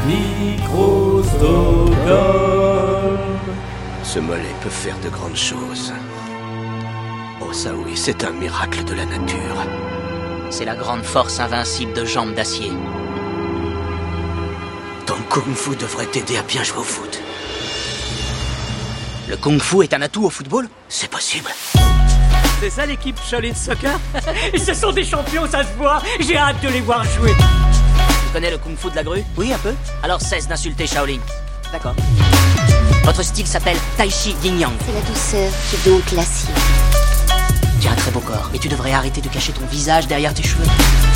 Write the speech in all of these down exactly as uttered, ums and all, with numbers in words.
Micro-Stockholm. Ce mollet peut faire de grandes choses. Oh ça oui, c'est un miracle de la nature. C'est la grande force invincible de jambes d'acier. Ton kung-fu devrait t'aider à bien jouer au foot. Le kung-fu est un atout au football ? C'est possible. C'est ça l'équipe Shaolin Soccer? Ce sont des champions, ça se voit. J'ai hâte de les voir jouer. Tu connais le kung-fu de la grue ? Oui, un peu. Alors cesse d'insulter Shaolin. D'accord. Votre style s'appelle Tai Chi Yin Yang. C'est la douceur qui dompte l'acier. Tu as un très beau corps, mais tu devrais arrêter de cacher ton visage derrière tes cheveux.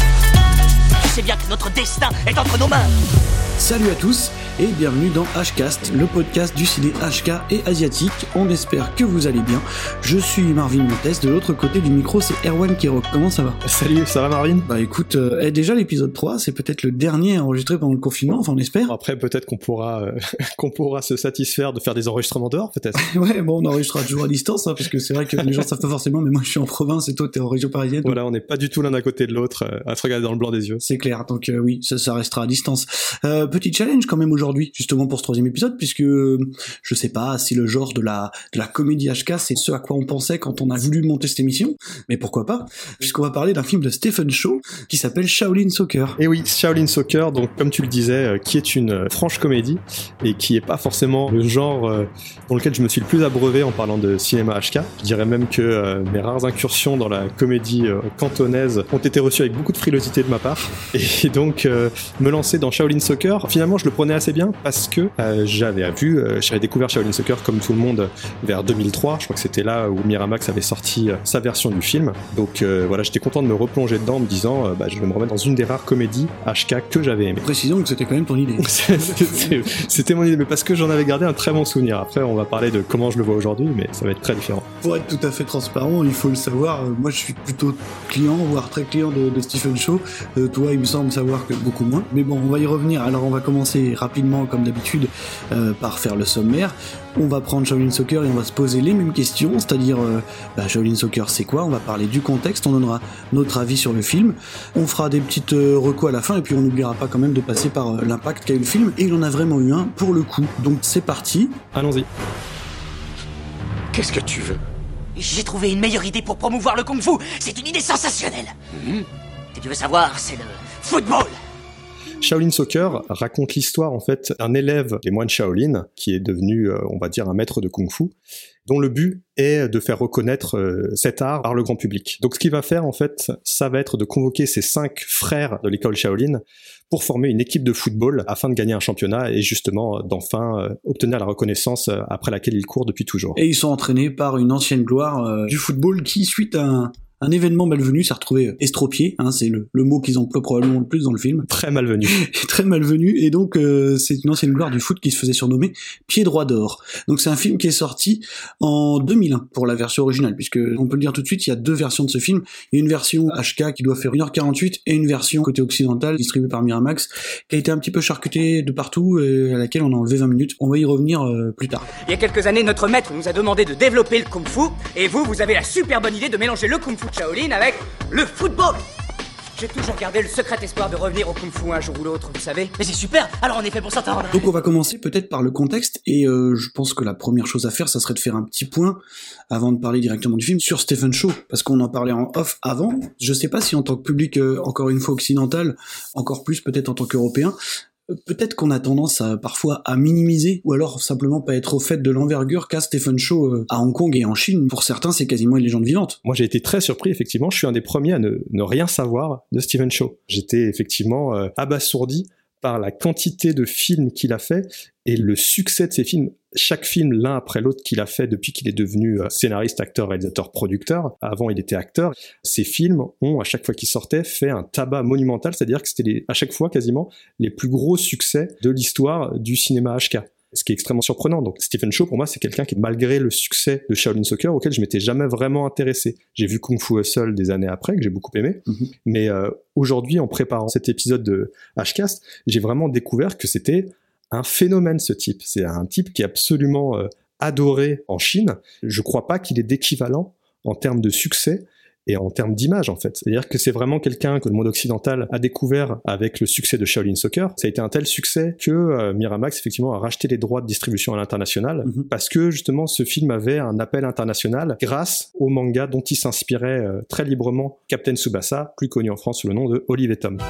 Tu sais bien que notre destin est entre nos mains. Salut à tous et bienvenue dans Hcast, le podcast du ciné H K et asiatique. On espère que vous allez bien. Je suis Marvin Montes, de l'autre côté du micro c'est Erwan Kirok. Comment ça va ? Salut, ça va Marvin ? Bah écoute, euh, eh, déjà l'épisode trois, c'est peut-être le dernier enregistré pendant le confinement, enfin on espère. Après peut-être qu'on pourra euh, qu'on pourra se satisfaire de faire des enregistrements dehors peut-être. Ouais, bon on enregistrera toujours à distance, hein, parce que c'est vrai que les gens savent pas forcément, mais moi je suis en province et toi t'es en région parisienne. Voilà, on n'est pas du tout l'un à côté de l'autre euh, à se regarder dans le blanc des yeux. C'est clair, donc euh, oui, ça, ça restera à distance. Euh, petit challenge quand même aujourd'hui, justement pour ce troisième épisode, puisque euh, je sais pas si le genre de la de la comédie H K c'est ce à quoi on pensait quand on a voulu monter cette émission, mais pourquoi pas, puisqu'on va parler d'un film de Stephen Chow qui s'appelle Shaolin Soccer. Et oui, Shaolin Soccer, donc comme tu le disais, euh, qui est une euh, franche comédie et qui est pas forcément le genre euh, dans lequel je me suis le plus abreuvé en parlant de cinéma H K. Je dirais même que euh, mes rares incursions dans la comédie euh, cantonaise ont été reçues avec beaucoup de frilosité de ma part, et donc euh, me lancer dans Shaolin Soccer, finalement je le prenais assez bien parce que euh, j'avais vu, euh, j'avais découvert Shaolin Soccer comme tout le monde vers deux mille trois, je crois que c'était là où Miramax avait sorti euh, sa version du film, donc euh, voilà, j'étais content de me replonger dedans en me disant euh, bah, je vais me remettre dans une des rares comédies H K que j'avais aimé. Précisons que c'était quand même ton idée. c'était, c'était mon idée, mais parce que j'en avais gardé un très bon souvenir. Après on va parler de comment je le vois aujourd'hui, mais ça va être très différent. Pour être tout à fait transparent, il faut le savoir, euh, moi je suis plutôt client, voire très client de, de Stephen Chow, euh, toi il me semble savoir que beaucoup moins, mais bon on va y revenir. Alors on va commencer rapidement comme d'habitude euh, par faire le sommaire. On va prendre Shaolin Soccer et on va se poser les mêmes questions, c'est-à-dire euh, bah, Shaolin Soccer c'est quoi ? On va parler du contexte, on donnera notre avis sur le film, on fera des petites euh, recos à la fin et puis on n'oubliera pas quand même de passer par euh, l'impact qu'a eu le film, et il en a vraiment eu un pour le coup. Donc c'est parti. Allons-y. Qu'est-ce que tu veux ? J'ai trouvé une meilleure idée pour promouvoir le kung-fu. C'est une idée sensationnelle. Mmh. Si tu veux savoir, c'est le football. Shaolin Soccer raconte l'histoire en fait d'un élève des moines Shaolin qui est devenu, euh, on va dire, un maître de kung-fu, dont le but est de faire reconnaître euh, cet art par le grand public. Donc ce qu'il va faire en fait, ça va être de convoquer ses cinq frères de l'école Shaolin pour former une équipe de football afin de gagner un championnat et justement d'enfin euh, obtenir la reconnaissance euh, après laquelle il court depuis toujours. Et ils sont entraînés par une ancienne gloire euh, du football qui, suite à un Un événement malvenu, s'est retrouvé estropié, hein, c'est le, le mot qu'ils emploient probablement le plus dans le film. Très malvenu. Très malvenu, et donc euh, c'est une ancienne gloire du foot qui se faisait surnommer Pied droit d'or. Donc c'est un film qui est sorti en deux mille un pour la version originale, puisque on peut le dire tout de suite, il y a deux versions de ce film. Il y a une version H K qui doit faire une heure quarante-huit et une version côté occidental distribuée par Miramax qui a été un petit peu charcutée de partout et à laquelle on a enlevé vingt minutes. On va y revenir euh, plus tard. Il y a quelques années, notre maître nous a demandé de développer le kung-fu, et vous, vous avez la super bonne idée de mélanger le kung-fu Shaolin avec le football. J'ai toujours gardé le secret espoir de revenir au kung-fu un jour ou l'autre, vous savez. Mais c'est super. Alors on est fait pour s'entendre. Donc on va commencer peut-être par le contexte, et euh, je pense que la première chose à faire, ça serait de faire un petit point, avant de parler directement du film, sur Stephen Chow, parce qu'on en parlait en off avant. Je sais pas si en tant que public, euh, encore une fois occidental, encore plus peut-être en tant qu'européen, peut-être qu'on a tendance à, parfois à minimiser, ou alors simplement pas être au fait de l'envergure qu'a Stephen Chow euh, à Hong Kong et en Chine. Pour certains, c'est quasiment une légende vivante. Moi, j'ai été très surpris, effectivement. Je suis un des premiers à ne, ne rien savoir de Stephen Chow. J'étais effectivement euh, abasourdi par la quantité de films qu'il a fait et le succès de ses films. Chaque film, l'un après l'autre, qu'il a fait depuis qu'il est devenu scénariste, acteur, réalisateur, producteur. Avant, il était acteur. Ces films ont, à chaque fois qu'ils sortaient, fait un tabac monumental, c'est-à-dire que c'était les, à chaque fois quasiment les plus gros succès de l'histoire du cinéma H K. Ce qui est extrêmement surprenant. Donc Stephen Chow, pour moi, c'est quelqu'un qui, malgré le succès de Shaolin Soccer, auquel je m'étais jamais vraiment intéressé. J'ai vu Kung Fu Hustle des années après, que j'ai beaucoup aimé. Mm-hmm. Mais euh, aujourd'hui, en préparant cet épisode de Hcast, j'ai vraiment découvert que c'était un phénomène, ce type. C'est un type qui est absolument euh, adoré en Chine. Je crois pas qu'il ait d'équivalent en termes de succès. et en termes d'image en fait. C'est-à-dire que c'est vraiment quelqu'un que le monde occidental a découvert avec le succès de Shaolin Soccer. Ça a été un tel succès que euh, Miramax effectivement a racheté les droits de distribution à l'international mm-hmm. parce que justement ce film avait un appel international grâce au manga dont il s'inspirait euh, très librement, Captain Tsubasa, plus connu en France sous le nom de Olive et Tom.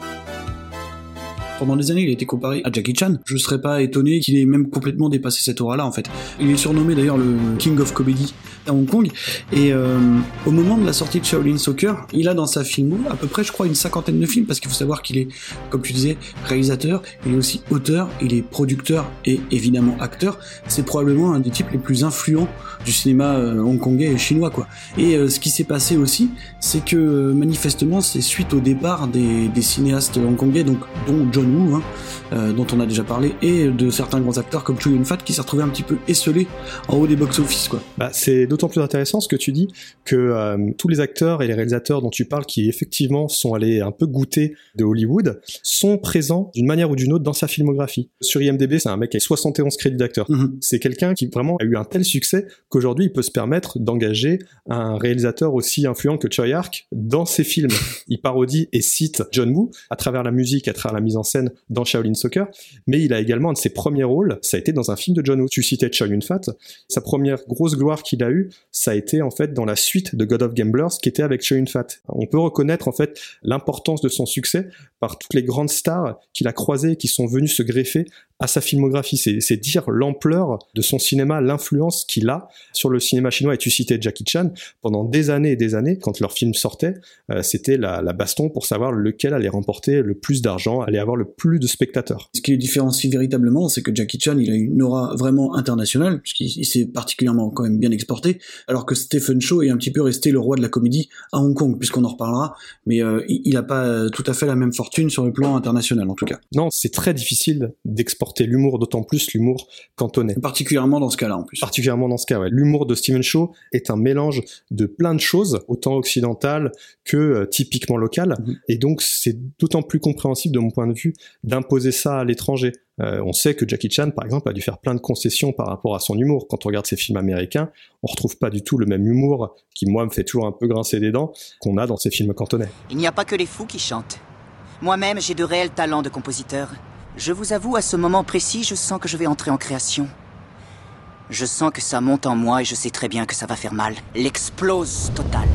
Pendant des années, il a été comparé à Jackie Chan. Je serais pas étonné qu'il ait même complètement dépassé cette aura-là, en fait. Il est surnommé d'ailleurs le King of Comedy à Hong Kong. Et euh, au moment de la sortie de Shaolin Soccer, il a dans sa filmo à peu près, je crois, une cinquantaine de films, parce qu'il faut savoir qu'il est, comme tu disais, réalisateur, il est aussi auteur, il est producteur et évidemment acteur. C'est probablement un des types les plus influents du cinéma euh, hongkongais et chinois, quoi. Et euh, ce qui s'est passé aussi, c'est que euh, manifestement, c'est suite au départ des, des cinéastes hongkongais, donc dont John Woo, hein, euh, dont on a déjà parlé, et de certains grands acteurs comme Chow Yun-fat qui s'est retrouvé un petit peu esselé en haut des box-office, quoi. Bah, c'est d'autant plus intéressant ce que tu dis que euh, tous les acteurs et les réalisateurs dont tu parles qui effectivement sont allés un peu goûter de Hollywood sont présents d'une manière ou d'une autre dans sa filmographie. Sur I M D B, c'est un mec avec soixante et onze crédits d'acteur. Mm-hmm. C'est quelqu'un qui vraiment a eu un tel succès qu'aujourd'hui il peut se permettre d'engager un réalisateur aussi influent que Choi Ark dans ses films. Il parodie et cite John Woo à travers la musique, à travers la mise en scène dans Shaolin Soccer, mais il a également un de ses premiers rôles, ça a été dans un film de John Woo. Tu citais Chow Yun-fat, sa première grosse gloire qu'il a eue, ça a été en fait dans la suite de God of Gamblers qui était avec Chow Yun-fat. On peut reconnaître en fait l'importance de son succès par toutes les grandes stars qu'il a croisées qui sont venues se greffer à sa filmographie. C'est, c'est dire l'ampleur de son cinéma, l'influence qu'il a sur le cinéma chinois. Et tu citais Jackie Chan, pendant des années et des années, quand leurs films sortaient, euh, c'était la, la baston pour savoir lequel allait remporter le plus d'argent, allait avoir le plus de spectateurs. Ce qui les différencie véritablement, c'est que Jackie Chan, il a une aura vraiment internationale, puisqu'il il s'est particulièrement quand même bien exporté, alors que Stephen Chow est un petit peu resté le roi de la comédie à Hong Kong, puisqu'on en reparlera, mais euh, il n'a pas tout à fait la même fortune sur le plan international, en tout cas. Non, c'est très difficile d'exporter l'humour, d'autant plus l'humour cantonais. Particulièrement dans ce cas-là, en plus. Particulièrement dans ce cas, ouais. L'humour de Stephen Chow est un mélange de plein de choses, autant occidentales que euh, typiquement locales, mmh. et donc c'est d'autant plus compréhensible de mon point de vue d'imposer ça à l'étranger. Euh, on sait que Jackie Chan, par exemple, a dû faire plein de concessions par rapport à son humour. Quand on regarde ses films américains, on retrouve pas du tout le même humour qui, moi, me fait toujours un peu grincer des dents qu'on a dans ses films cantonais. Il n'y a pas que les fous qui chantent. Moi-même, j'ai de réels talents de compositeur. Je vous avoue, à ce moment précis, je sens que je vais entrer en création. Je sens que ça monte en moi et je sais très bien que ça va faire mal. L'explose totale.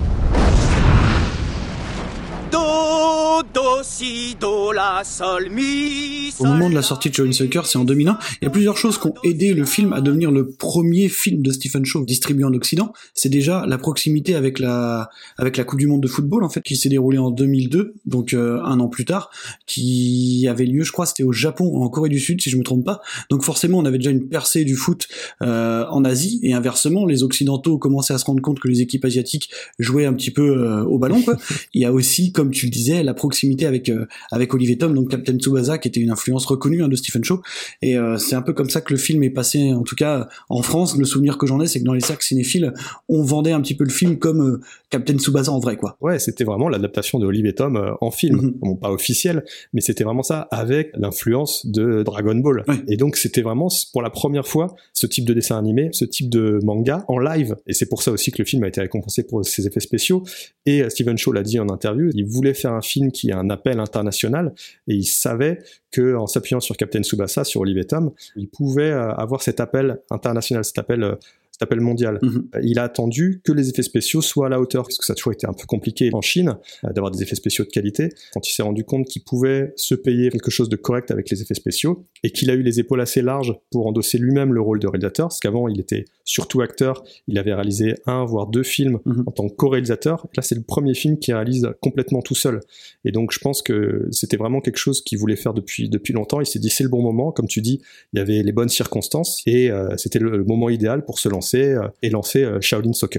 Do, do, si, do, la, sol, mi, sol, au moment de la sortie de Shaolin Soccer, c'est en deux mille un, il y a plusieurs choses qui ont aidé le film à devenir le premier film de Stephen Chow distribué en Occident. C'est déjà la proximité avec la avec la Coupe du Monde de football, en fait, qui s'est déroulée en deux mille deux, donc euh, un an plus tard, qui avait lieu, je crois, c'était au Japon, en Corée du Sud, si je me trompe pas. Donc forcément, on avait déjà une percée du foot euh, en Asie, et inversement, les Occidentaux commençaient à se rendre compte que les équipes asiatiques jouaient un petit peu euh, au ballon, quoi. Il y a aussi, comme tu le disais, la proximité avec euh, avec Olive et Tom, donc Captain Tsubasa, qui était une influence reconnue hein, de Stephen Chow, et euh, c'est un peu comme ça que le film est passé, en tout cas en France. Le souvenir que j'en ai, c'est que dans les cercles cinéphiles, on vendait un petit peu le film comme euh, Captain Tsubasa en vrai, quoi. Ouais, c'était vraiment l'adaptation de Olive et Tom euh, en film, mm-hmm. bon, pas officiel, mais c'était vraiment ça, avec l'influence de Dragon Ball. Ouais. Et donc c'était vraiment pour la première fois ce type de dessin animé, ce type de manga en live, et c'est pour ça aussi que le film a été récompensé pour ses effets spéciaux. Et euh, Stephen Chow l'a dit en interview, il voulait faire un film qui a un appel international, et il savait que en s'appuyant sur Captain Tsubasa, sur Olive et Tom, il pouvait euh, avoir cet appel international, cet appel euh, cet appel mondial. Mm-hmm. Il a attendu que les effets spéciaux soient à la hauteur, parce que ça a toujours été un peu compliqué en Chine euh, d'avoir des effets spéciaux de qualité. Quand il s'est rendu compte qu'il pouvait se payer quelque chose de correct avec les effets spéciaux, et qu'il a eu les épaules assez larges pour endosser lui-même le rôle de réalisateur, parce qu'avant il était surtout acteur, il avait réalisé un voire deux films mm-hmm. en tant que co-réalisateur, et là c'est le premier film qu'il réalise complètement tout seul. Et donc je pense que c'était vraiment quelque chose qu'il voulait faire depuis, depuis longtemps. Il s'est dit c'est le bon moment, comme tu dis, il y avait les bonnes circonstances, et euh, c'était le, le moment idéal pour se lancer et lancer Shaolin Soccer.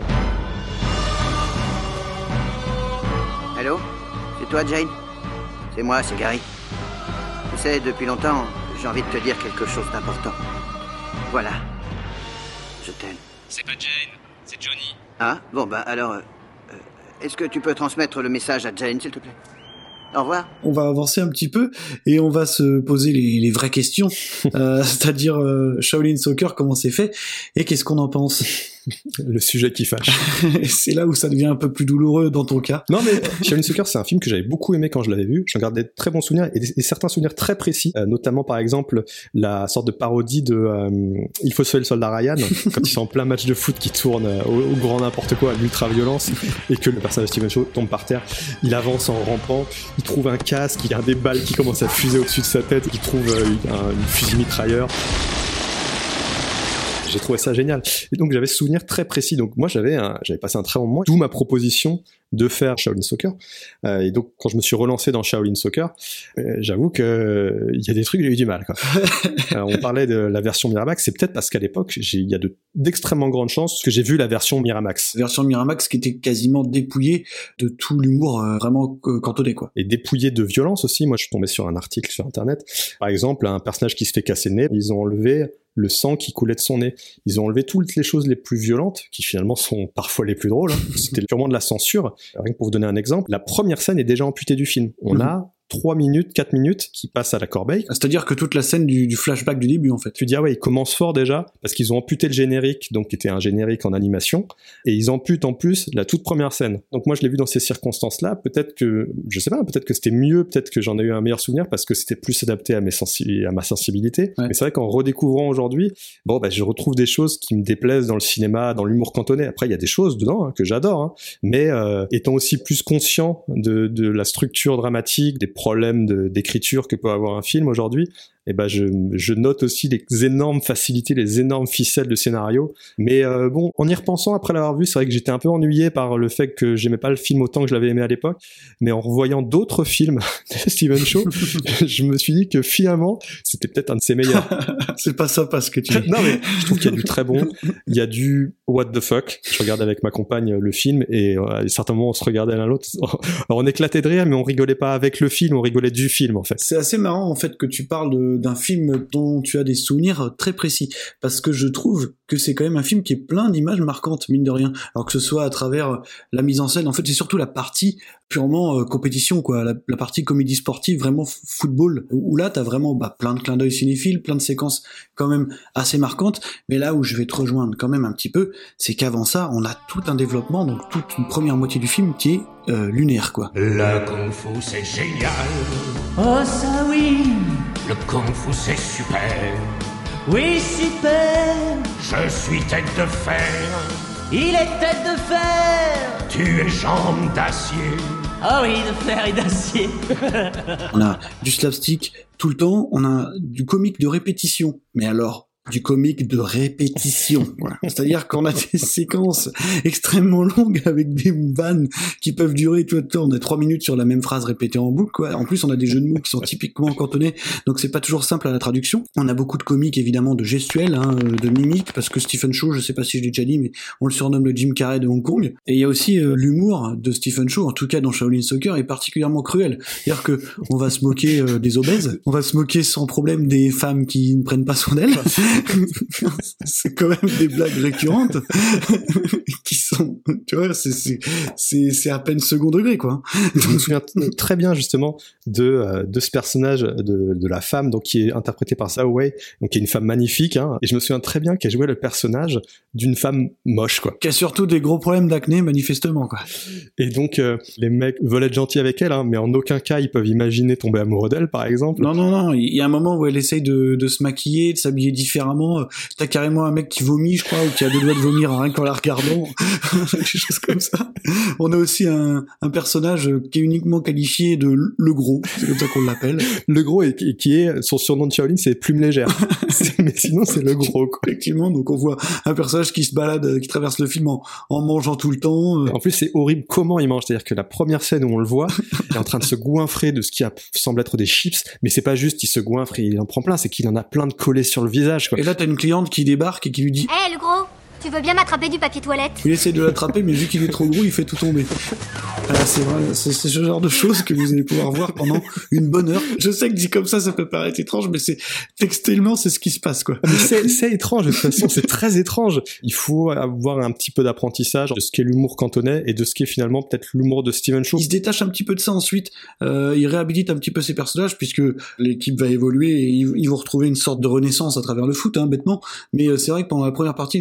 Allô ? C'est toi, Jane ? C'est moi, c'est Gary. Tu sais, depuis longtemps, j'ai envie de te dire quelque chose d'important. Voilà. Je t'aime. C'est pas Jane, c'est Johnny. Ah, bon, bah alors... Euh, est-ce que tu peux transmettre le message à Jane, s'il te plaît ? Au revoir. On va avancer un petit peu et on va se poser les, les vraies questions, euh, c'est-à-dire euh, Shaolin Soccer, comment c'est fait et qu'est-ce qu'on en pense. Le sujet qui fâche. C'est là où ça devient un peu plus douloureux dans ton cas. Non, mais Shaolin Soccer, c'est un film que j'avais beaucoup aimé quand je l'avais vu. J'en garde des très bons souvenirs et, des, et certains souvenirs très précis, euh, notamment par exemple la sorte de parodie de euh, Il faut sauver le soldat Ryan, quand ils sont en plein match de foot qui tourne euh, au, au grand n'importe quoi, à l'ultra-violence, et que le personnage de Stephen Chow tombe par terre. Il avance en rampant, il trouve un casque, il y a des balles qui commencent à fuser au-dessus de sa tête, il trouve euh, un, une fusil mitrailleur. J'ai trouvé ça génial. Et donc j'avais ce souvenir très précis. Donc moi j'avais un, j'avais passé un très bon moment. D'où ma proposition de faire Shaolin Soccer. Euh, et donc quand je me suis relancé dans Shaolin Soccer, euh, j'avoue que euh, il y a des trucs j'ai eu du mal, quoi. euh, on parlait de la version Miramax. C'est peut-être parce qu'à l'époque j'ai, il y a de, d'extrêmement grandes chances que j'ai vu la version Miramax. La version Miramax qui était quasiment dépouillée de tout l'humour euh, vraiment euh, cantonné, quoi. Et dépouillée de violence aussi. Moi je suis tombé sur un article sur internet. Par exemple un personnage qui se fait casser le nez. Ils ont enlevé le sang qui coulait de son nez. Ils ont enlevé toutes les choses les plus violentes, qui finalement sont parfois les plus drôles. Hein. C'était purement de la censure. Rien que pour vous donner un exemple, la première scène est déjà amputée du film. On mmh. a trois minutes, quatre minutes qui passent à la corbeille. C'est-à-dire que toute la scène du, du flashback du début, en fait. Tu dis, ah ouais, ils commencent fort déjà, parce qu'ils ont amputé le générique, donc qui était un générique en animation, et ils amputent en plus la toute première scène. Donc moi, je l'ai vu dans ces circonstances-là, peut-être que, je sais pas, peut-être que c'était mieux, peut-être que j'en ai eu un meilleur souvenir, parce que c'était plus adapté à, mes sensi- à ma sensibilité. Ouais. Mais c'est vrai qu'en redécouvrant aujourd'hui, bon, bah, je retrouve des choses qui me déplaisent dans le cinéma, dans l'humour cantonais. Après, il y a des choses dedans hein, que j'adore, hein, mais euh, étant aussi plus conscient de, de la structure dramatique, des problèmes de, d'écriture que peut avoir un film aujourd'hui, et ben je, je note aussi les énormes facilités, les énormes ficelles de scénario. Mais euh, bon, en y repensant après l'avoir vu, c'est vrai que j'étais un peu ennuyé par le fait que j'aimais pas le film autant que je l'avais aimé à l'époque. Mais en revoyant d'autres films de Stephen Chow, je me suis dit que finalement, c'était peut-être un de ses meilleurs. C'est pas ça parce que tu dis. Non mais je trouve qu'il y a du très bon. Il y a du what the fuck. Je regarde avec ma compagne le film et euh, à certains moments on se regardait l'un l'autre. Alors on éclatait de rire, mais on rigolait pas avec le film, on rigolait du film en fait. C'est assez marrant en fait que tu parles de d'un film dont tu as des souvenirs très précis, parce que je trouve que c'est quand même un film qui est plein d'images marquantes, mine de rien, alors que ce soit à travers la mise en scène. En fait, c'est surtout la partie purement euh, compétition, quoi, la, la partie comédie sportive, vraiment f- football, où là t'as vraiment bah, plein de clins d'œil cinéphiles, plein de séquences quand même assez marquantes. Mais là où je vais te rejoindre quand même un petit peu, c'est qu'avant ça, on a tout un développement, donc toute une première moitié du film qui est euh, lunaire, quoi. Le kung-fu c'est génial. Oh ça oui. Le kung-fu c'est super. Oui super. Je suis tête de fer. Il est tête de fer. Tu es jambe d'acier. Ah oui, de fer et d'acier. On a du slapstick tout le temps, on a du comique de répétition. Mais alors, du comique de répétition. Voilà. C'est-à-dire qu'on a des séquences extrêmement longues avec des vannes qui peuvent durer tout le temps. On a trois minutes sur la même phrase répétée en boucle, quoi. En plus, on a des jeux de mots qui sont typiquement cantonnés, donc c'est pas toujours simple à la traduction. On a beaucoup de comiques, évidemment, de gestuels, hein, de mimiques, parce que Stephen Chow, je sais pas si je l'ai déjà dit, mais on le surnomme le Jim Carrey de Hong Kong. Et il y a aussi euh, l'humour de Stephen Chow, en tout cas dans Shaolin Soccer, est particulièrement cruel. C'est-à-dire que on va se moquer euh, des obèses, on va se moquer sans problème des femmes qui ne prennent pas soin d'elles. C'est quand même des blagues récurrentes qui sont, tu vois, c'est c'est c'est c'est à peine second degré, quoi. Je me souviens très bien justement de de ce personnage de de la femme, donc qui est interprétée par Zhao Wei, donc qui est une femme magnifique, hein, et je me souviens très bien qu'elle jouait le personnage d'une femme moche, quoi. Qui a surtout des gros problèmes d'acné, manifestement, quoi. Et donc euh, les mecs veulent être gentils avec elle, hein, mais en aucun cas ils peuvent imaginer tomber amoureux d'elle, par exemple. Non non non, il y a un moment où elle essaye de de se maquiller, de s'habiller différemment. T'as carrément un mec qui vomit, je crois, ou qui a deux doigts de vomir rien qu'en la regardant, des choses comme ça. On a aussi un, un personnage qui est uniquement qualifié de le gros, c'est comme ça qu'on l'appelle. Le gros, et qui est, son surnom de Shaolin, c'est Plume Légère. Mais sinon, c'est le gros, quoi. Effectivement, donc on voit un personnage qui se balade, qui traverse le film en, en mangeant tout le temps. En plus, c'est horrible comment il mange, c'est-à-dire que la première scène où on le voit, il est en train de se goinfrer de ce qui a, semble être des chips, mais c'est pas juste il se goinfre et il en prend plein, c'est qu'il en a plein de collés sur le visage, quoi. Et là, t'as une cliente qui débarque et qui lui dit « Hé, hey, le gros, tu veux bien m'attraper du papier toilette ?» Il essaie de l'attraper, mais vu qu'il est trop gros, il fait tout tomber. Alors, c'est vrai, c'est, c'est ce genre de choses que vous allez pouvoir voir pendant une bonne heure. Je sais que dit comme ça, ça peut paraître étrange, mais c'est textuellement, c'est ce qui se passe, quoi. Mais c'est, c'est étrange, de toute façon, c'est très étrange. Il faut avoir un petit peu d'apprentissage de ce qu'est l'humour cantonais et de ce qu'est finalement peut-être l'humour de Stephen Chow. Il se détache un petit peu de ça ensuite. Euh, il réhabilite un petit peu ses personnages puisque l'équipe va évoluer et ils, ils vont retrouver une sorte de renaissance à travers le foot, hein, bêtement. Mais euh, c'est vrai que pendant la première partie, les personnages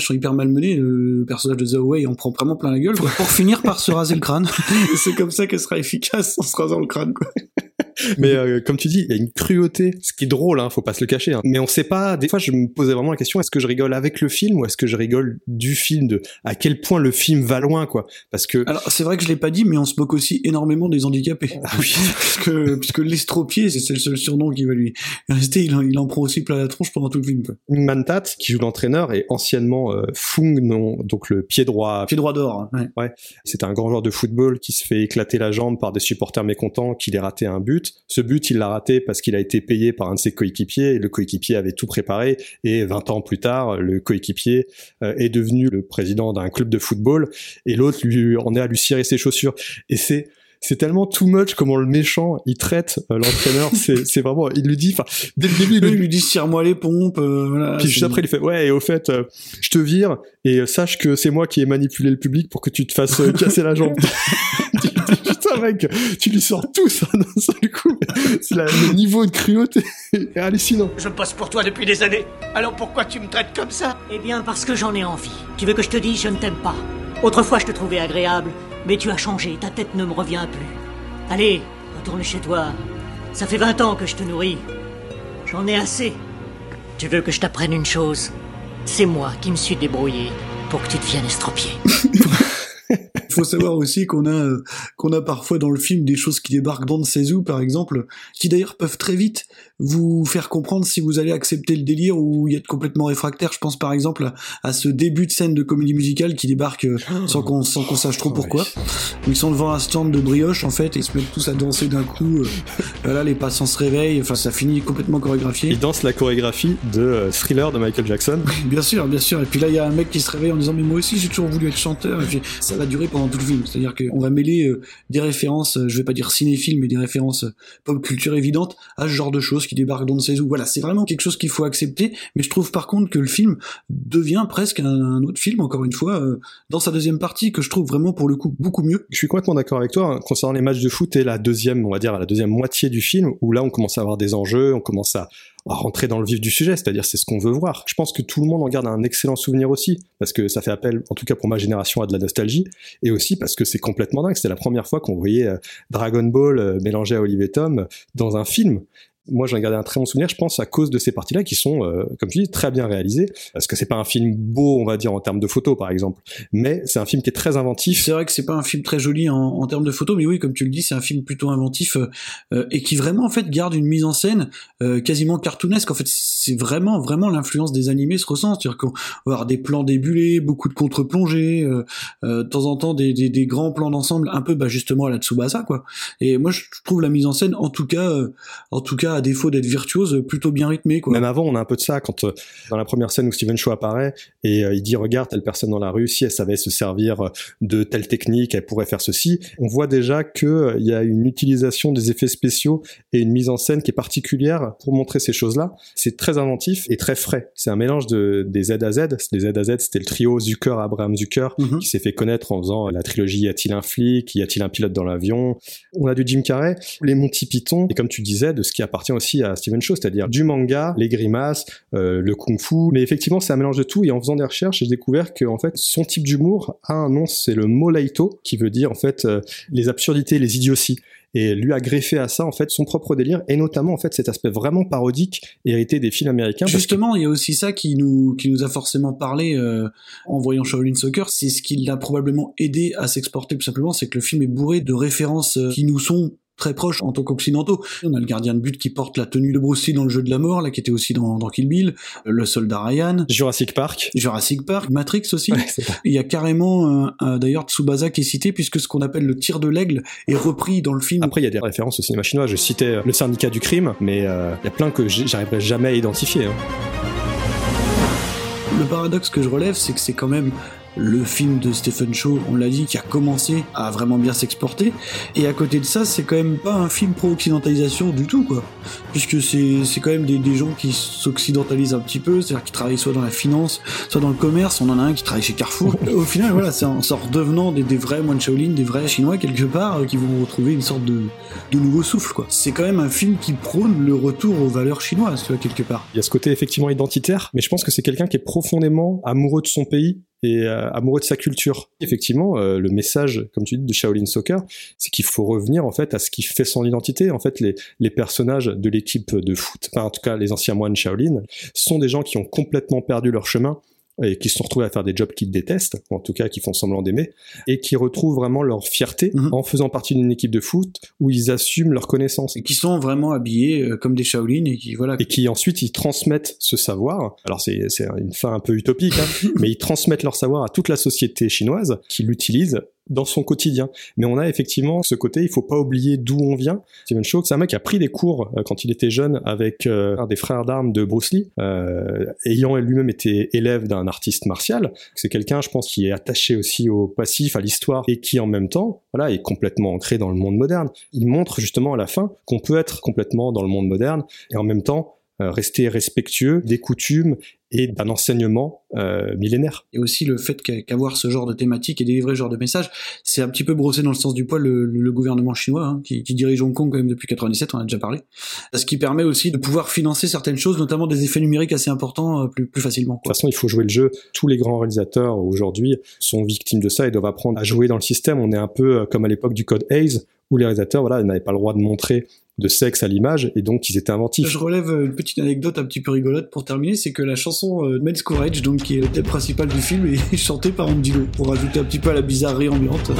sont hyper malmenés. Le personnage de Zhao Wei en prend vraiment plein la gueule, quoi, pour finir par se raser le crâne. Et c'est comme ça qu'elle sera efficace en se rasant le crâne, quoi. Mais euh, comme tu dis, il y a une cruauté, ce qui est drôle, hein, faut pas se le cacher. Hein. Mais on sait pas. Des fois, je me posais vraiment la question est-ce que je rigole avec le film ou est-ce que je rigole du film, de à quel point le film va loin, quoi. Parce que alors c'est vrai que je l'ai pas dit, mais on se moque aussi énormément des handicapés. Ah oui, parce que puisque l'estropié, c'est, c'est le seul surnom qui va lui rester. Il en, il en prend aussi plein la tronche pendant tout le film, quoi. Man Tat, qui joue l'entraîneur, est anciennement euh, Fung, non, donc le pied droit. Pied droit d'or. Ouais. Ouais. C'était un grand joueur de football qui se fait éclater la jambe par des supporters mécontents, qu'il ait raté un but. Ce but, il l'a raté parce qu'il a été payé par un de ses coéquipiers, et le coéquipier avait tout préparé, et vingt ans plus tard, le coéquipier euh, est devenu le président d'un club de football, et l'autre lui en est à lui cirer ses chaussures. Et c'est c'est tellement too much comment le méchant il traite euh, l'entraîneur. c'est c'est vraiment, il lui dit, enfin dès le début il, il lui dit cire-moi les pompes, euh, voilà, puis juste après il fait ouais, et au fait euh, je te vire et euh, sache que c'est moi qui ai manipulé le public pour que tu te fasses euh, casser la jambe. Putain mec, tu lui sors tout ça d'un seul coup. C'est la, le niveau de cruauté est hallucinant. Je bosse pour toi depuis des années, alors pourquoi tu me traites comme ça? Eh bien parce que j'en ai envie. Tu veux que je te dise je ne t'aime pas? Autrefois je te trouvais agréable, mais tu as changé, ta tête ne me revient plus. Allez, retourne chez toi. Ça fait vingt ans que je te nourris. J'en ai assez. Tu veux que je t'apprenne une chose? C'est moi qui me suis débrouillé pour que tu deviennes estropié. Il faut savoir aussi qu'on a euh, qu'on a parfois dans le film des choses qui débarquent dans Seizu, par exemple, qui d'ailleurs peuvent très vite vous faire comprendre si vous allez accepter le délire ou y être complètement réfractaire. Je pense par exemple à, à ce début de scène de comédie musicale qui débarque euh, sans qu'on sans qu'on sache trop pourquoi. Ils sont devant un stand de brioche en fait et ils se mettent tous à danser d'un coup. Euh, voilà, les passants se réveillent. Enfin, ça finit complètement chorégraphié. Ils dansent la chorégraphie de euh, Thriller de Michael Jackson. Bien sûr, bien sûr. Et puis là, il y a un mec qui se réveille en disant mais moi aussi j'ai toujours voulu être chanteur. Et puis ça va durer pendant tout le film. C'est-à-dire qu'on va mêler euh, des références, euh, je vais pas dire cinéphiles, mais des références euh, pop culture évidentes à ce genre de choses qui débarquent dans Seizu. Voilà, c'est vraiment quelque chose qu'il faut accepter. Mais je trouve par contre que le film devient presque un, un autre film, encore une fois, euh, dans sa deuxième partie, que je trouve vraiment pour le coup beaucoup mieux. Je suis complètement d'accord avec toi hein, concernant les matchs de foot et la deuxième, on va dire, la deuxième moitié du film, où là on commence à avoir des enjeux, on commence à à rentrer dans le vif du sujet, c'est-à-dire c'est ce qu'on veut voir. Je pense que tout le monde en garde un excellent souvenir aussi, parce que ça fait appel, en tout cas pour ma génération, à de la nostalgie, et aussi parce que c'est complètement dingue. C'était la première fois qu'on voyait euh, Dragon Ball euh, mélangé à Olive et Tom dans un film. Moi, j'en ai gardé un très bon souvenir, je pense, à cause de ces parties-là qui sont, euh, comme tu dis, très bien réalisées. Parce que c'est pas un film beau, on va dire, en termes de photos, par exemple. Mais c'est un film qui est très inventif. C'est vrai que c'est pas un film très joli en, en termes de photos, mais oui, comme tu le dis, c'est un film plutôt inventif euh, et qui vraiment, en fait, garde une mise en scène euh, quasiment cartoonesque. En fait, c'est vraiment, vraiment l'influence des animés se ressent. C'est-à-dire qu'on va avoir des plans débulés, beaucoup de contre-plongées, euh, euh, de temps en temps des, des, des grands plans d'ensemble, un peu, bah, justement, à la Tsubasa, quoi. Et moi, je trouve la mise en scène, en tout cas, euh, en tout cas, à défaut d'être virtuose, plutôt bien rythmée, quoi. Même avant, on a un peu de ça quand euh, dans la première scène où Stephen Chow apparaît et euh, il dit regarde telle personne dans la rue, si elle savait se servir de telle technique, elle pourrait faire ceci. On voit déjà que euh, il y a une utilisation des effets spéciaux et une mise en scène qui est particulière pour montrer ces choses-là. C'est très inventif et très frais. C'est un mélange de des Z à Z. Les Z à Z, c'était le trio Zucker, Abraham Zucker, mm-hmm. qui s'est fait connaître en faisant la trilogie Y a-t-il un flic, Y a-t-il un pilote dans l'avion. On a du Jim Carrey, les Monty Python et comme tu disais, de ce qui appartient aussi à Stephen Chow, c'est-à-dire du manga, les grimaces, euh, le kung-fu. Mais effectivement, c'est un mélange de tout. Et en faisant des recherches, j'ai découvert que en fait, son type d'humour a un nom, c'est le moleito, qui veut dire en fait euh, les absurdités, les idioties. Et lui a greffé à ça en fait son propre délire et notamment en fait cet aspect vraiment parodique hérité des films américains. Justement, que... il y a aussi ça qui nous qui nous a forcément parlé euh, en voyant Shaolin Soccer. C'est ce qui l'a probablement aidé à s'exporter tout simplement, c'est que le film est bourré de références euh, qui nous sont très proches en tant qu'occidentaux. On a le gardien de but qui porte la tenue de Bruce Lee dans le jeu de la mort, là, qui était aussi dans, dans Kill Bill, le soldat Ryan, Jurassic Park, Jurassic Park, Matrix aussi. Ouais, il y a carrément euh, euh, d'ailleurs Tsubasa qui est cité puisque ce qu'on appelle le tir de l'aigle est repris dans le film. Après il y a des références au cinéma chinois. Je citais le syndicat du crime, mais euh, il y a plein que j'arriverai jamais à identifier. Hein. Le paradoxe que je relève, c'est que c'est quand même le film de Stephen Chow, on l'a dit, qui a commencé à vraiment bien s'exporter. Et à côté de ça, c'est quand même pas un film pro-occidentalisation du tout, quoi. Puisque c'est, c'est quand même des, des gens qui s'occidentalisent un petit peu, c'est-à-dire qui travaillent soit dans la finance, soit dans le commerce. On en a un qui travaille chez Carrefour. Au final, voilà, c'est en, c'est en redevenant des, des vrais moines Shaolin, des vrais Chinois quelque part, euh, qui vont retrouver une sorte de, de nouveau souffle, quoi. C'est quand même un film qui prône le retour aux valeurs chinoises, tu vois, quelque part. Il y a ce côté effectivement identitaire, mais je pense que c'est quelqu'un qui est profondément amoureux de son pays et euh, amoureux de sa culture. Effectivement, euh, le message, comme tu dis, de Shaolin Soccer, c'est qu'il faut revenir en fait à ce qui fait son identité. En fait, les, les personnages de l'équipe de foot, enfin, en tout cas les anciens moines Shaolin, sont des gens qui ont complètement perdu leur chemin et qui se sont retrouvés à faire des jobs qu'ils détestent, ou en tout cas qui font semblant d'aimer, et qui retrouvent vraiment leur fierté mmh. en faisant partie d'une équipe de foot où ils assument leurs connaissances. Et qui sont vraiment habillés euh, comme des Shaolin et qui, voilà. Et qui ensuite ils transmettent ce savoir. Alors c'est, c'est une fin un peu utopique, hein, mais ils transmettent leur savoir à toute la société chinoise qui l'utilise dans son quotidien. Mais on a effectivement ce côté, il faut pas oublier d'où on vient. Stephen Chow, c'est un mec qui a pris des cours euh, quand il était jeune avec euh, un des frères d'armes de Bruce Lee, euh, ayant lui-même été élève d'un artiste martial. C'est quelqu'un, je pense, qui est attaché aussi au passif, à l'histoire, et qui en même temps, voilà, est complètement ancré dans le monde moderne. Il montre justement à la fin qu'on peut être complètement dans le monde moderne et en même temps euh, rester respectueux des coutumes et d'un enseignement euh, millénaire. Et aussi le fait qu'avoir ce genre de thématique et délivrer ce genre de message, c'est un petit peu brosser dans le sens du poil le, le gouvernement chinois, hein, qui, qui dirige Hong Kong quand même depuis quatre-vingt-dix-sept, on en a déjà parlé. Ce qui permet aussi de pouvoir financer certaines choses, notamment des effets numériques assez importants, euh, plus, plus facilement, quoi. De toute façon, il faut jouer le jeu. Tous les grands réalisateurs aujourd'hui sont victimes de ça et doivent apprendre à jouer dans le système. On est un peu comme à l'époque du Code Hays, où les réalisateurs, voilà, n'avaient pas le droit de montrer de sexe à l'image, et donc ils étaient inventifs. Je relève une petite anecdote un petit peu rigolote pour terminer, c'est que la chanson euh, Men's Courage, donc qui est le thème principal du film, est chantée par Andy Lo, pour rajouter un petit peu à la bizarrerie ambiante.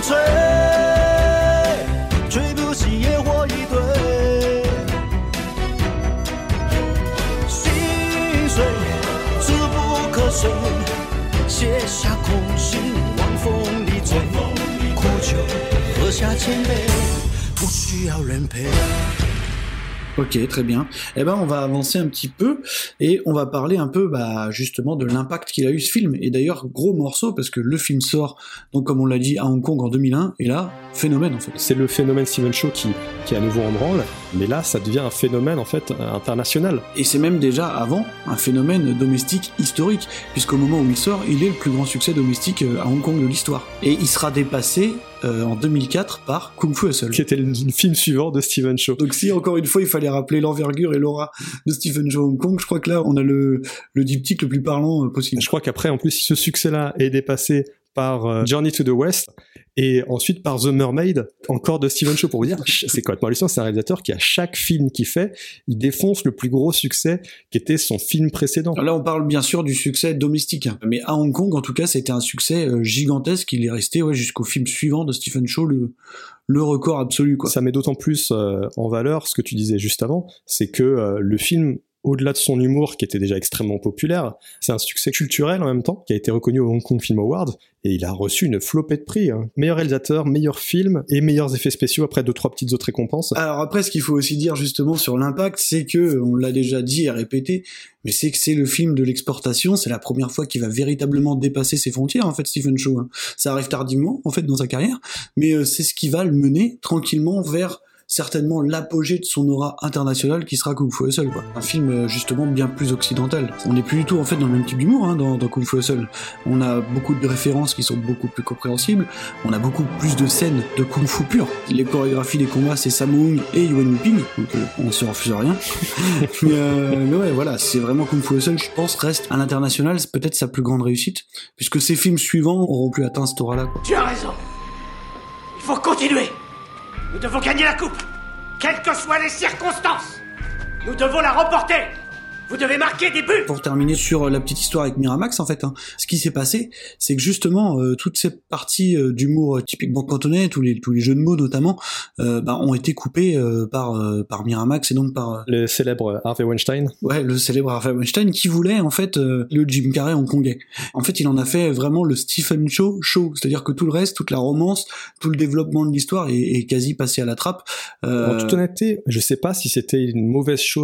Ok, très bien. Eh ben, on va avancer un petit peu et on va parler un peu, bah, justement, de l'impact qu'il a eu ce film. Et d'ailleurs, gros morceau, parce que le film sort, donc comme on l'a dit, à Hong Kong en deux mille un, et là, phénomène en fait. C'est le phénomène Stephen Chow qui, qui est à nouveau en branle, mais là, ça devient un phénomène en fait international. Et c'est même déjà avant un phénomène domestique historique, puisqu'au moment où il sort, il est le plus grand succès domestique à Hong Kong de l'histoire. Et il sera dépassé Euh, en deux mille quatre par Kung Fu Hustle, qui était le, le film suivant de Stephen Chow. Donc si encore une fois il fallait rappeler l'envergure et l'aura de Stephen Chow Hong Kong, je crois que là on a le, le diptyque le plus parlant euh, possible. Je crois qu'après en plus ce succès-là est dépassé par euh, Journey to the West et ensuite par The Mermaid, encore de Stephen Chow, pour vous dire, c'est complètement hallucinant, c'est un réalisateur qui à chaque film qu'il fait, il défonce le plus gros succès qui était son film précédent. Là on parle bien sûr du succès domestique, mais à Hong Kong en tout cas c'était un succès euh, gigantesque, il est resté ouais, jusqu'au film suivant de Stephen Chow le, le record absolu, quoi. Ça met d'autant plus euh, en valeur ce que tu disais juste avant, c'est que euh, le film, au-delà de son humour qui était déjà extrêmement populaire, c'est un succès culturel en même temps, qui a été reconnu au Hong Kong Film Awards, et il a reçu une flopée de prix, hein. Meilleur réalisateur, meilleur film, et meilleurs effets spéciaux, après deux, trois petites autres récompenses. Alors après, ce qu'il faut aussi dire justement sur l'impact, c'est que, on l'a déjà dit et répété, mais c'est que c'est le film de l'exportation, c'est la première fois qu'il va véritablement dépasser ses frontières, en fait, Stephen Chow, hein. Ça arrive tardivement, en fait, dans sa carrière, mais euh, c'est ce qui va le mener tranquillement vers certainement l'apogée de son aura internationale qui sera Kung Fu Hustle, quoi. Un film justement bien plus occidental. On n'est plus du tout en fait dans le même type d'humour, hein, dans, dans Kung Fu Hustle. On a beaucoup de références qui sont beaucoup plus compréhensibles, on a beaucoup plus de scènes de Kung Fu pur. Les chorégraphies des combats c'est Sammo Hung et Yuen Woo-ping, donc euh, on se refuse rien. mais, euh, mais ouais voilà, c'est vraiment Kung Fu Hustle, je pense, reste à l'international, c'est peut-être sa plus grande réussite, puisque ses films suivants auront plus atteint cette aura-là, quoi. Tu as raison. Il faut continuer. Nous devons gagner la coupe, quelles que soient les circonstances. Nous devons la remporter. Vous devez marquer des buts. Pour terminer sur la petite histoire avec Miramax, en fait, hein, ce qui s'est passé, c'est que justement, euh, toute cette partie euh, d'humour euh, typiquement cantonais, tous les tous les jeux de mots notamment, euh, bah, ont été coupés euh, par euh, par Miramax et donc par euh, le célèbre Harvey Weinstein. Ouais, le célèbre Harvey Weinstein qui voulait en fait euh, le Jim Carrey hongkongais. En fait, il en a fait vraiment le Stephen Chow show, c'est-à-dire que tout le reste, toute la romance, tout le développement de l'histoire est, est quasi passé à la trappe. Euh... En toute honnêteté, je sais pas si c'était une mauvaise chose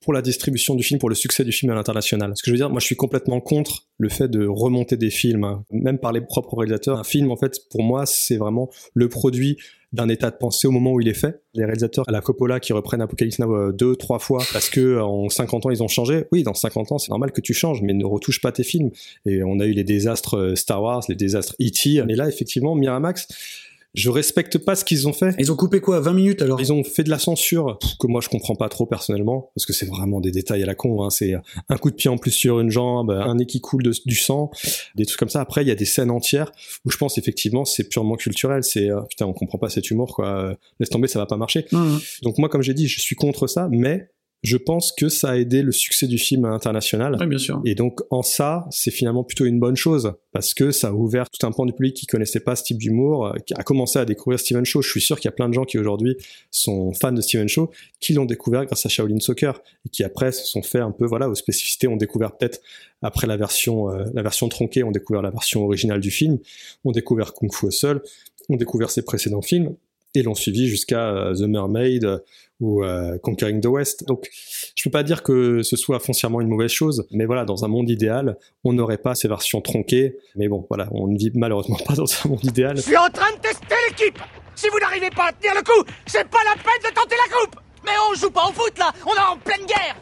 pour la distribution du film, pour le succès du film à l'international. Ce que je veux dire, moi je suis complètement contre le fait de remonter des films, hein, même par les propres réalisateurs. Un film, en fait, pour moi, c'est vraiment le produit d'un état de pensée au moment où il est fait. Les réalisateurs à la Coppola qui reprennent Apocalypse Now euh, deux, trois fois parce que en cinquante ans ils ont changé. Oui, dans cinquante ans c'est normal que tu changes, mais ne retouche pas tes films. Et on a eu les désastres Star Wars, les désastres E T. Mais là, effectivement, Miramax, je respecte pas ce qu'ils ont fait. Ils ont coupé quoi, vingt minutes alors? Ils ont fait de la censure que moi je comprends pas trop personnellement, parce que c'est vraiment des détails à la con, hein. C'est un coup de pied en plus sur une jambe, un nez qui coule de, du sang, des trucs comme ça. Après il y a des scènes entières où je pense effectivement c'est purement culturel, c'est euh, putain on comprend pas cet humour quoi, euh, laisse tomber, ça va pas marcher. Mmh. Donc moi comme j'ai dit je suis contre ça, mais je pense que ça a aidé le succès du film international. Oui, bien sûr. Et donc, en ça, c'est finalement plutôt une bonne chose, parce que ça a ouvert tout un pan du public qui connaissait pas ce type d'humour, qui a commencé à découvrir Stephen Chow. Je suis sûr qu'il y a plein de gens qui aujourd'hui sont fans de Stephen Chow, qui l'ont découvert grâce à Shaolin Soccer, et qui après se sont fait un peu, voilà, aux spécificités, ont découvert peut-être, après la version, euh, la version tronquée, ont découvert la version originale du film, ont découvert Kung Fu Hustle, ont découvert ses précédents films, et l'ont suivi jusqu'à euh, The Mermaid euh, ou euh, Conquering the West. Donc, je peux pas dire que ce soit foncièrement une mauvaise chose, mais voilà, dans un monde idéal, on n'aurait pas ces versions tronquées. Mais bon, voilà, on ne vit malheureusement pas dans un monde idéal. Je suis en train de tester l'équipe. Si vous n'arrivez pas à tenir le coup, c'est pas la peine de tenter la coupe. Mais on joue pas au foot là, on est en pleine guerre.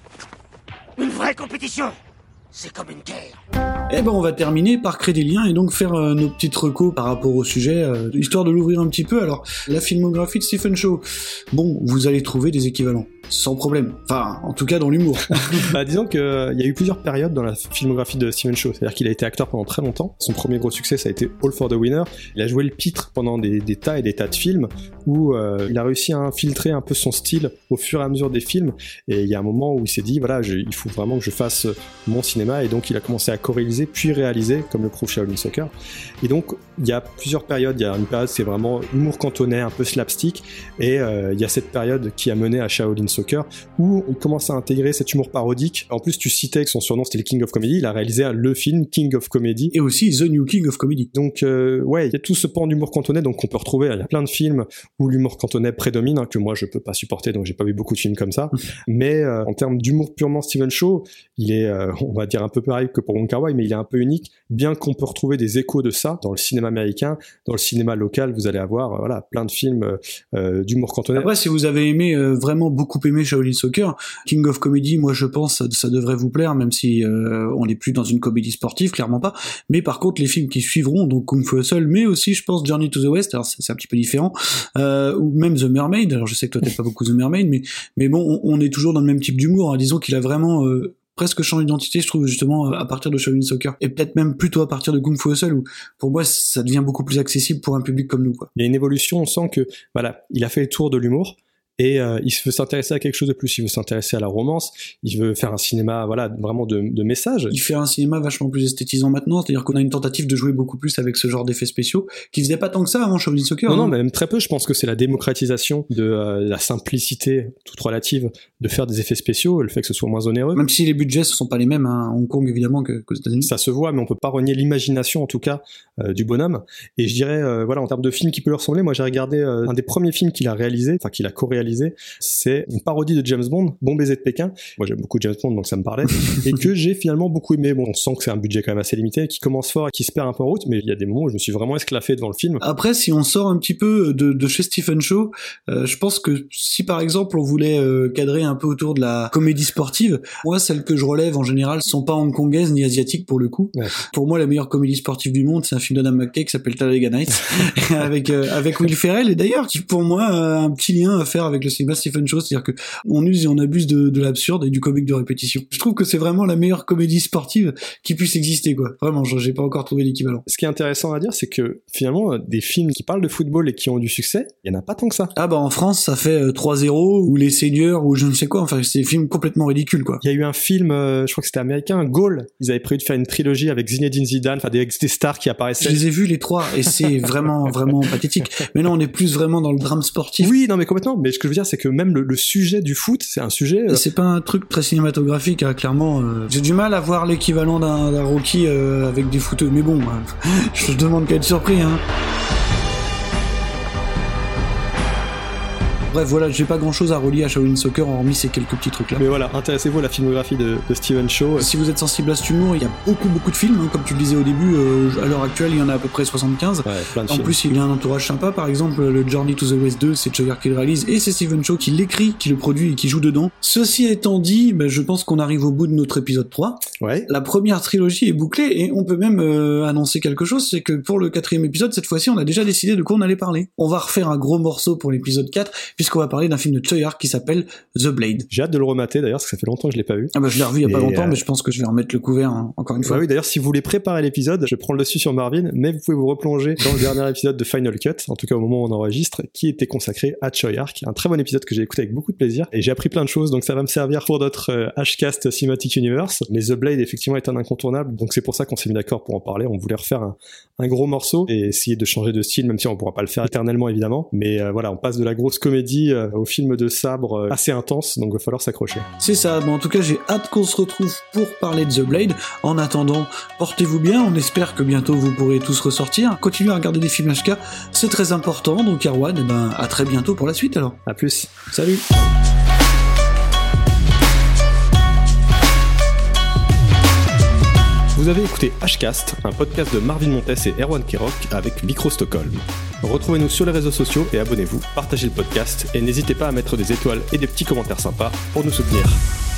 Une vraie compétition, c'est comme une guerre. Eh ben on va terminer par créer des liens et donc faire euh, nos petites recos par rapport au sujet, euh, histoire de l'ouvrir un petit peu. Alors, la filmographie de Stephen Chow, bon, vous allez trouver des équivalents, sans problème. Enfin, en tout cas dans l'humour. Bah, disons qu'il euh, y a eu plusieurs périodes dans la filmographie de Stephen Chow. C'est-à-dire qu'il a été acteur pendant très longtemps. Son premier gros succès, ça a été All for the Winner. Il a joué le pitre pendant des, des tas et des tas de films où euh, il a réussi à infiltrer un peu son style au fur et à mesure des films. Et il y a un moment où il s'est dit, voilà, je, il faut vraiment que je fasse mon cinéma. Et donc, il a commencé à choréaliser puis réalisé, comme le prouve Shaolin Soccer. Et donc, il y a plusieurs périodes. Il y a une période, c'est vraiment humour cantonais, un peu slapstick, et euh, il y a cette période qui a mené à Shaolin Soccer, où il commence à intégrer cet humour parodique. En plus, tu citais que son surnom, c'était le King of Comedy. Il a réalisé le film King of Comedy. Et aussi The New King of Comedy. Donc, euh, ouais, il y a tout ce pan d'humour cantonais, donc on peut retrouver, il y a plein de films où l'humour cantonais prédomine, hein, que moi, je peux pas supporter, donc j'ai pas vu beaucoup de films comme ça. Mais euh, en termes d'humour purement Stephen Chow, il est, euh, on va dire un peu pareil que pour Wong Kar-wai, mais il est un peu unique, bien qu'on peut retrouver des échos de ça dans le cinéma américain, dans le cinéma local, vous allez avoir euh, voilà, plein de films euh, d'humour cantonais. Après, si vous avez aimé, euh, vraiment beaucoup aimé Shaolin Soccer, King of Comedy, moi je pense ça, ça devrait vous plaire, même si euh, on n'est plus dans une comédie sportive, clairement pas. Mais par contre, les films qui suivront, donc Kung Fu Hustle, mais aussi je pense Journey to the West, alors c'est, c'est un petit peu différent, euh, ou même The Mermaid, alors je sais que toi t'aimes pas beaucoup The Mermaid, mais, mais bon, on, on est toujours dans le même type d'humour, hein. Disons qu'il a vraiment... Euh, presque changé d'identité, je trouve, justement, à partir de Shaolin Soccer. Et peut-être même plutôt à partir de Kung Fu Hustle, où, pour moi, ça devient beaucoup plus accessible pour un public comme nous, quoi. Il y a une évolution, on sent que, voilà, il a fait le tour de l'humour, et euh, il veut s'intéresser à quelque chose de plus, il veut s'intéresser à la romance, il veut faire un cinéma, voilà, vraiment de, de message. Il fait un cinéma vachement plus esthétisant maintenant, c'est-à-dire qu'on a une tentative de jouer beaucoup plus avec ce genre d'effets spéciaux, qui faisait pas tant que ça avant Shaolin Soccer. Non, hein. non, mais même très peu, je pense que c'est la démocratisation de euh, la simplicité, toute relative, de faire des effets spéciaux, le fait que ce soit moins onéreux. Même si les budgets ne sont pas les mêmes à Hong Kong, évidemment, que, qu'aux États-Unis. Ça se voit, mais on peut pas renier l'imagination, en tout cas, euh, du bonhomme. Et je dirais, euh, voilà, en termes de films qui peut lui ressembler, moi j'ai regardé euh, un des premiers films qu'il a réalisé, enfin qu'il a co-réalisé, c'est une parodie de James Bond, Bon baiser de Pékin. Moi j'aime beaucoup James Bond, donc ça me parlait, et que j'ai finalement beaucoup aimé. Bon, on sent que c'est un budget quand même assez limité, qui commence fort et qui se perd un peu en route, mais il y a des moments où je me suis vraiment esclaffé devant le film. Après, si on sort un petit peu de, de chez Stephen Chow, euh, je pense que si par exemple on voulait euh, cadrer un peu autour de la comédie sportive, moi celles que je relève en général sont pas hongkongaises ni asiatiques pour le coup. Ouais. Pour moi, la meilleure comédie sportive du monde, c'est un film d'Adam McKay qui s'appelle Talladega Nights, avec euh, avec Will Ferrell, et d'ailleurs qui pour moi a un petit lien à faire avec le cinéma Stephen Chow, c'est-à-dire que on use et on abuse de, de l'absurde et du comique de répétition. Je trouve que c'est vraiment la meilleure comédie sportive qui puisse exister, quoi. Vraiment, j'ai pas encore trouvé l'équivalent. Ce qui est intéressant à dire, c'est que finalement, des films qui parlent de football et qui ont du succès, il y en a pas tant que ça. Ah bah en France, ça fait euh, trois zéro, ou Les Seigneurs, ou je ne sais quoi, enfin c'est des films complètement ridicules, quoi. Il y a eu un film, euh, je crois que c'était américain, Goal. Ils avaient prévu de faire une trilogie avec Zinedine Zidane, enfin des, des stars qui apparaissaient. Je les ai vus les trois, et c'est vraiment, vraiment pathétique. Mais là, on est plus vraiment dans le drame sportif. Oui, non mais complètement. Mais ce que je veux dire, c'est que même le, le sujet du foot, c'est un sujet... Euh... C'est pas un truc très cinématographique, hein, clairement. Euh... J'ai du mal à voir l'équivalent d'un, d'un Rocky euh, avec des footeux. Mais bon, euh, je demande qu'à être surpris, hein. Bref, voilà, j'ai pas grand chose à relier à Shaolin Soccer hormis ces quelques petits trucs là. Mais voilà, intéressez-vous à la filmographie de, de Stephen Chow. Si vous êtes sensible à cet humour, il y a beaucoup beaucoup de films, hein, comme tu le disais au début, euh, à l'heure actuelle il y en a à peu près soixante-quinze. Ouais, plein de en films. plus il y a un entourage sympa, par exemple le Journey to the West deux, c'est Choyar qui le réalise et c'est Stephen Chow qui l'écrit, qui le produit et qui joue dedans. Ceci étant dit, ben, je pense qu'on arrive au bout de notre épisode trois. Ouais. La première trilogie est bouclée et on peut même euh, annoncer quelque chose, c'est que pour le quatrième épisode, cette fois-ci on a déjà décidé de quoi on allait parler. On va refaire un gros morceau pour l'épisode quatre, puisqu'on va parler d'un film de Choyar qui s'appelle The Blade. J'ai hâte de le remater d'ailleurs, parce que ça fait longtemps que je l'ai pas vu. Ah bah je l'ai revu il y a et pas longtemps, euh... mais je pense que je vais remettre le couvert hein, encore une fois. Ouais, oui, d'ailleurs si vous voulez préparer l'épisode, je prends le dessus sur Marvin, mais vous pouvez vous replonger dans le dernier épisode de Final Cut, en tout cas au moment où on enregistre, qui était consacré à Choyar, un très bon épisode que j'ai écouté avec beaucoup de plaisir, et j'ai appris plein de choses, donc ça va me servir pour notre euh, Hcast Cinematic Universe. Mais The Blade effectivement est un incontournable, donc c'est pour ça qu'on s'est mis d'accord pour en parler. On voulait refaire un, un gros morceau et essayer de changer de style, même si on pourra pas le faire éternellement évidemment, mais euh, voilà, on passe de la grosse comédie euh, au film de sabre euh, assez intense, donc il va falloir s'accrocher. C'est ça, bon en tout cas j'ai hâte qu'on se retrouve pour parler de The Blade. En attendant, portez-vous bien, on espère que bientôt vous pourrez tous ressortir. Continuez à regarder des films H K, c'est très important, donc Erwan, et ben à très bientôt pour la suite alors. À plus. Salut. Vous avez écouté Hcast, un podcast de Marvin Montes et Erwan Kirok avec Micro Stockholm. Retrouvez-nous sur les réseaux sociaux et abonnez-vous, partagez le podcast et n'hésitez pas à mettre des étoiles et des petits commentaires sympas pour nous soutenir.